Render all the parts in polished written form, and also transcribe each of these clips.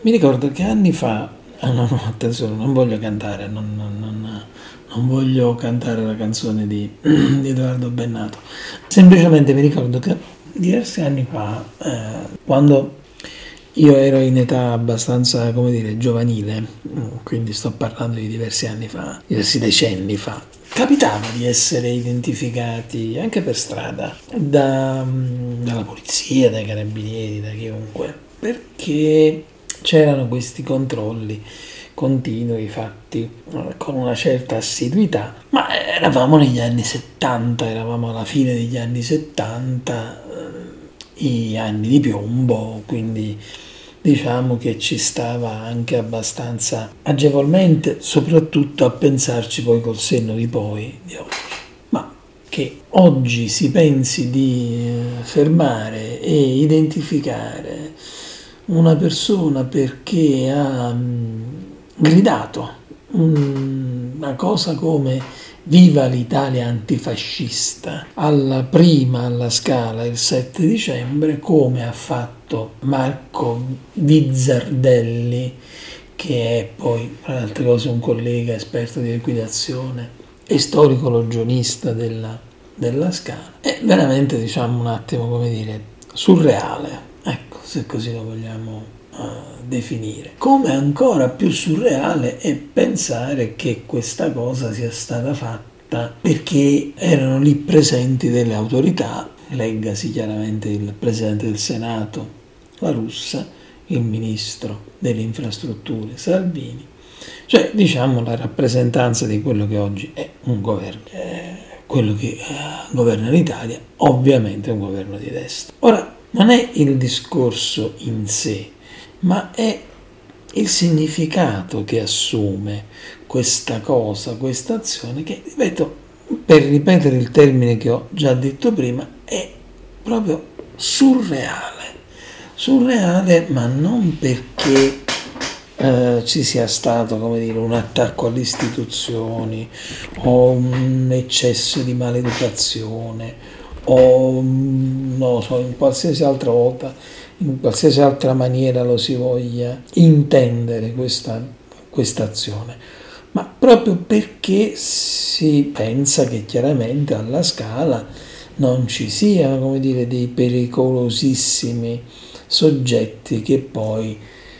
Mi ricordo che anni fa, no, attenzione, non voglio cantare, non voglio cantare la canzone di Edoardo Bennato, semplicemente mi ricordo che diversi anni fa, quando io ero in età abbastanza, come dire, giovanile, quindi sto parlando di diversi anni fa, diversi decenni fa, capitava di essere identificati anche per strada dalla polizia, dai carabinieri, da chiunque, perché c'erano questi controlli continui fatti con una certa assiduità, ma eravamo negli anni 70, eravamo alla fine degli anni 70, gli anni di piombo, quindi diciamo che ci stava anche abbastanza agevolmente, soprattutto a pensarci poi col senno di poi di oggi. Ma che oggi si pensi di fermare e identificare una persona perché ha gridato una cosa come "Viva l'Italia antifascista" alla prima alla Scala il 7 dicembre, come ha fatto Marco Vizzardelli, che è poi, tra le altre cose, un collega esperto di liquidazione e storico logionista della Scala. È veramente, diciamo, un attimo, come dire, surreale, ecco, se così lo vogliamo definire. Come ancora più surreale è pensare che questa cosa sia stata fatta perché erano lì presenti delle autorità, leggasi chiaramente il Presidente del Senato La Russa, il Ministro delle Infrastrutture Salvini, cioè diciamo la rappresentanza di quello che oggi è un governo. Quello che governa l'Italia ovviamente è un governo di destra. Ora, non è il discorso in sé, ma è il significato che assume questa cosa, questa azione, che, ripeto, per ripetere il termine che ho già detto prima, è proprio surreale. Surreale, ma non perché ci sia stato, come dire, un attacco alle istituzioni o un eccesso di maleducazione o non so, in qualsiasi altra volta, in qualsiasi altra maniera lo si voglia intendere questa azione, ma proprio perché si pensa che chiaramente alla Scala non ci siano, come dire, dei pericolosissimi soggetti che poi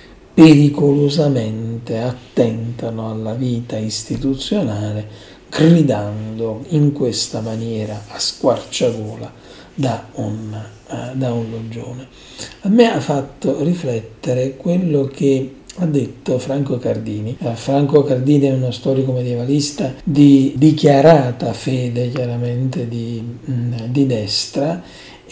pericolosamente attentano alla vita istituzionale, gridando in questa maniera a squarciagola da un logione. A me ha fatto riflettere quello che ha detto Franco Cardini. Franco Cardini è uno storico medievalista di dichiarata fede, chiaramente di destra,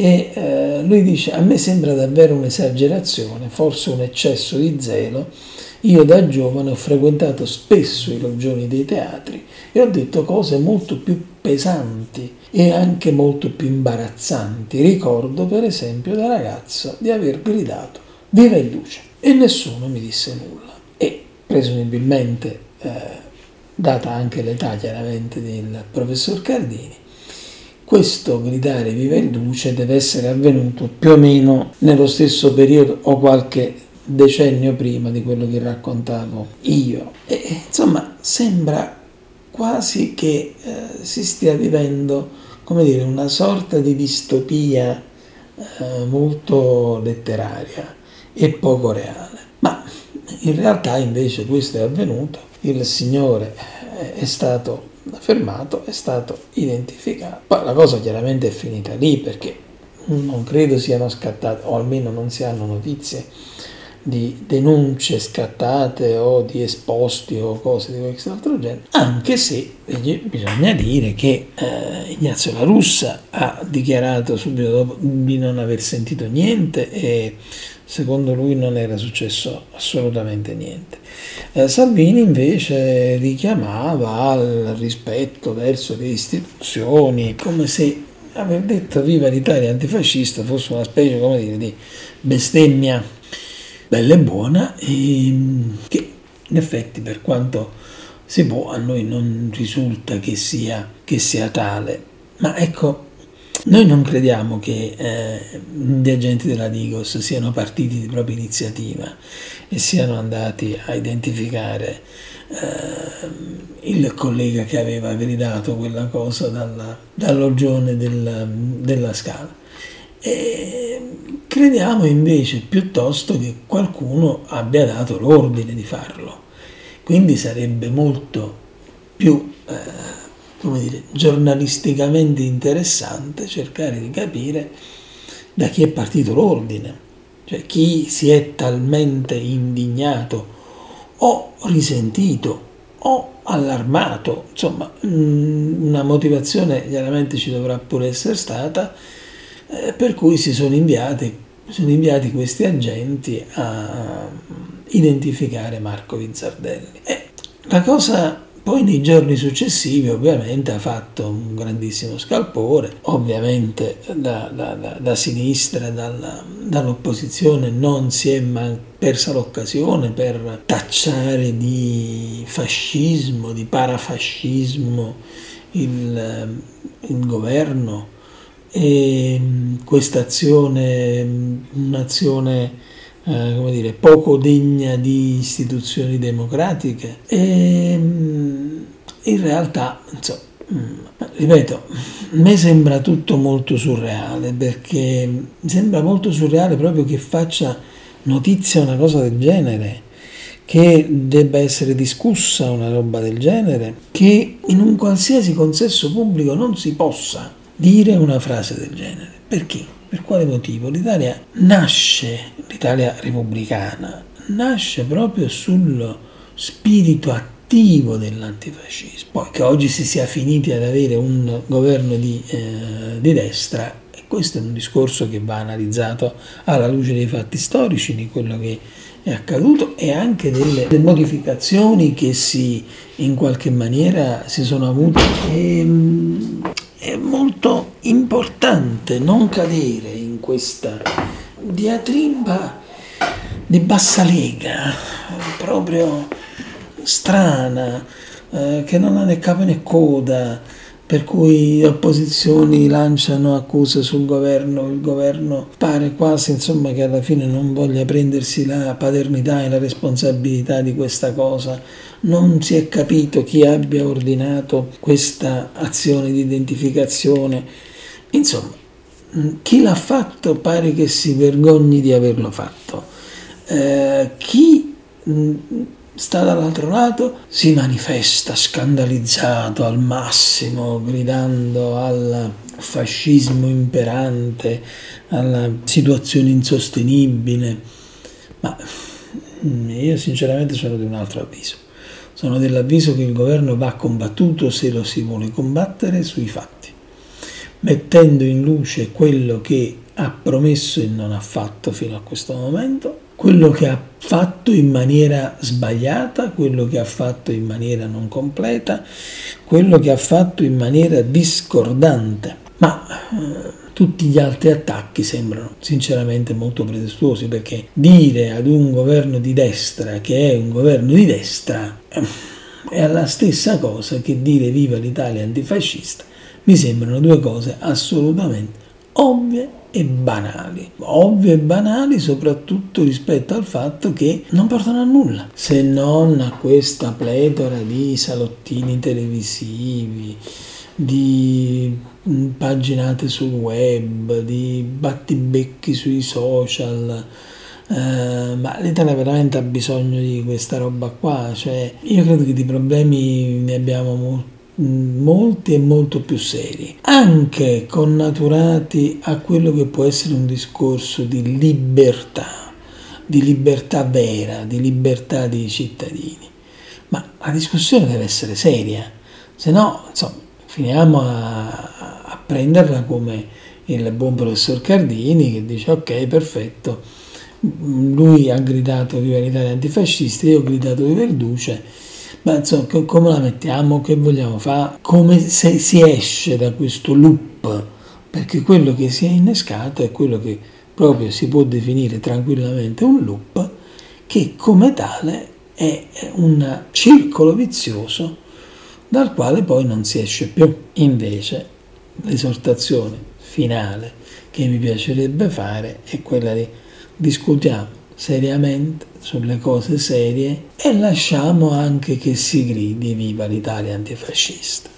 e lui dice: a me sembra davvero un'esagerazione, forse un eccesso di zelo. Io da giovane ho frequentato spesso i logioni dei teatri e ho detto cose molto più pesanti e anche molto più imbarazzanti. Ricordo per esempio da ragazzo di aver gridato "Viva il Duce" e nessuno mi disse nulla. E presumibilmente, data anche l'età chiaramente del professor Cardini, questo gridare "Viva il Duce" deve essere avvenuto più o meno nello stesso periodo o qualche decennio prima di quello che raccontavo io. E insomma sembra quasi che si stia vivendo, come dire, una sorta di distopia molto letteraria e poco reale. Ma in realtà invece questo è avvenuto, il signore è stato fermato, è stato identificato. Poi la cosa chiaramente è finita lì, perché non credo siano scattate, o almeno non si hanno notizie di denunce scattate o di esposti o cose di questo altro genere, anche se bisogna dire che Ignazio La Russa ha dichiarato subito dopo di non aver sentito niente e secondo lui non era successo assolutamente niente. Salvini invece richiamava al rispetto verso le istituzioni, come se aver detto "Viva l'Italia antifascista" fosse una specie, come dire, di bestemmia bella e buona, e che in effetti, per quanto si può, a noi non risulta che sia tale. Ma ecco, Noi non crediamo che gli agenti della Digos siano partiti di propria iniziativa e siano andati a identificare il collega che aveva gridato quella cosa dall'orgione della Scala. E crediamo invece piuttosto che qualcuno abbia dato l'ordine di farlo. Quindi sarebbe molto più giornalisticamente interessante cercare di capire da chi è partito l'ordine, cioè chi si è talmente indignato o risentito o allarmato, insomma una motivazione chiaramente ci dovrà pure essere stata, per cui sono inviati questi agenti a identificare Marco Vizzardelli. La cosa poi nei giorni successivi ovviamente ha fatto un grandissimo scalpore, ovviamente da sinistra, dall'opposizione non si è mai persa l'occasione per tacciare di fascismo, di parafascismo il governo, e questa azione, un'azione poco degna di istituzioni democratiche, e in realtà, insomma, ripeto, a me sembra tutto molto surreale, perché mi sembra molto surreale proprio che faccia notizia una cosa del genere, che debba essere discussa una roba del genere, che in un qualsiasi consesso pubblico non si possa dire una frase del genere. Perché? Per quale motivo? L'Italia repubblicana, nasce proprio sullo spirito attivo dell'antifascismo. Poi che oggi si sia finiti ad avere un governo di destra, e questo è un discorso che va analizzato alla luce dei fatti storici, di quello che è accaduto e anche delle modificazioni che in qualche maniera si sono avute. È molto importante non cadere in questa diatriba di bassa lega, proprio strana, che non ha né capo né coda, per cui le opposizioni lanciano accuse sul governo, il governo pare quasi insomma che alla fine non voglia prendersi la paternità e la responsabilità di questa cosa. Non si è capito chi abbia ordinato questa azione di identificazione. Insomma, chi l'ha fatto pare che si vergogni di averlo fatto. Chi sta dall'altro lato si manifesta scandalizzato al massimo, gridando al fascismo imperante, alla situazione insostenibile. Ma io sinceramente sono di un altro avviso. Sono dell'avviso che il governo va combattuto, se lo si vuole combattere, sui fatti, mettendo in luce quello che ha promesso e non ha fatto fino a questo momento, quello che ha fatto in maniera sbagliata, quello che ha fatto in maniera non completa, quello che ha fatto in maniera discordante. Ma tutti gli altri attacchi sembrano sinceramente molto pretestuosi, perché dire ad un governo di destra che è un governo di destra è la stessa cosa che dire viva l'Italia antifascista. Mi sembrano due cose assolutamente ovvie e banali soprattutto rispetto al fatto che non portano a nulla, se non a questa pletora di salottini televisivi, di paginate sul web, di battibecchi sui social. Ma l'Italia veramente ha bisogno di questa roba qua? Cioè, io credo che di problemi ne abbiamo molti e molto più seri, anche connaturati a quello che può essere un discorso di libertà vera, di libertà dei cittadini. Ma la discussione deve essere seria, se no, insomma, finiamo a prenderla come il buon professor Cardini che dice: ok, perfetto, lui ha gridato viva l'Italia antifascista, io ho gridato viva il Duce. Ma insomma, come la mettiamo? Che vogliamo fare? Come se si esce da questo loop? Perché quello che si è innescato è quello che proprio si può definire tranquillamente un loop, che come tale è un circolo vizioso dal quale poi non si esce più. Invece l'esortazione finale che mi piacerebbe fare è quella di discutiamo seriamente sulle cose serie e lasciamo anche che si gridi viva l'Italia antifascista.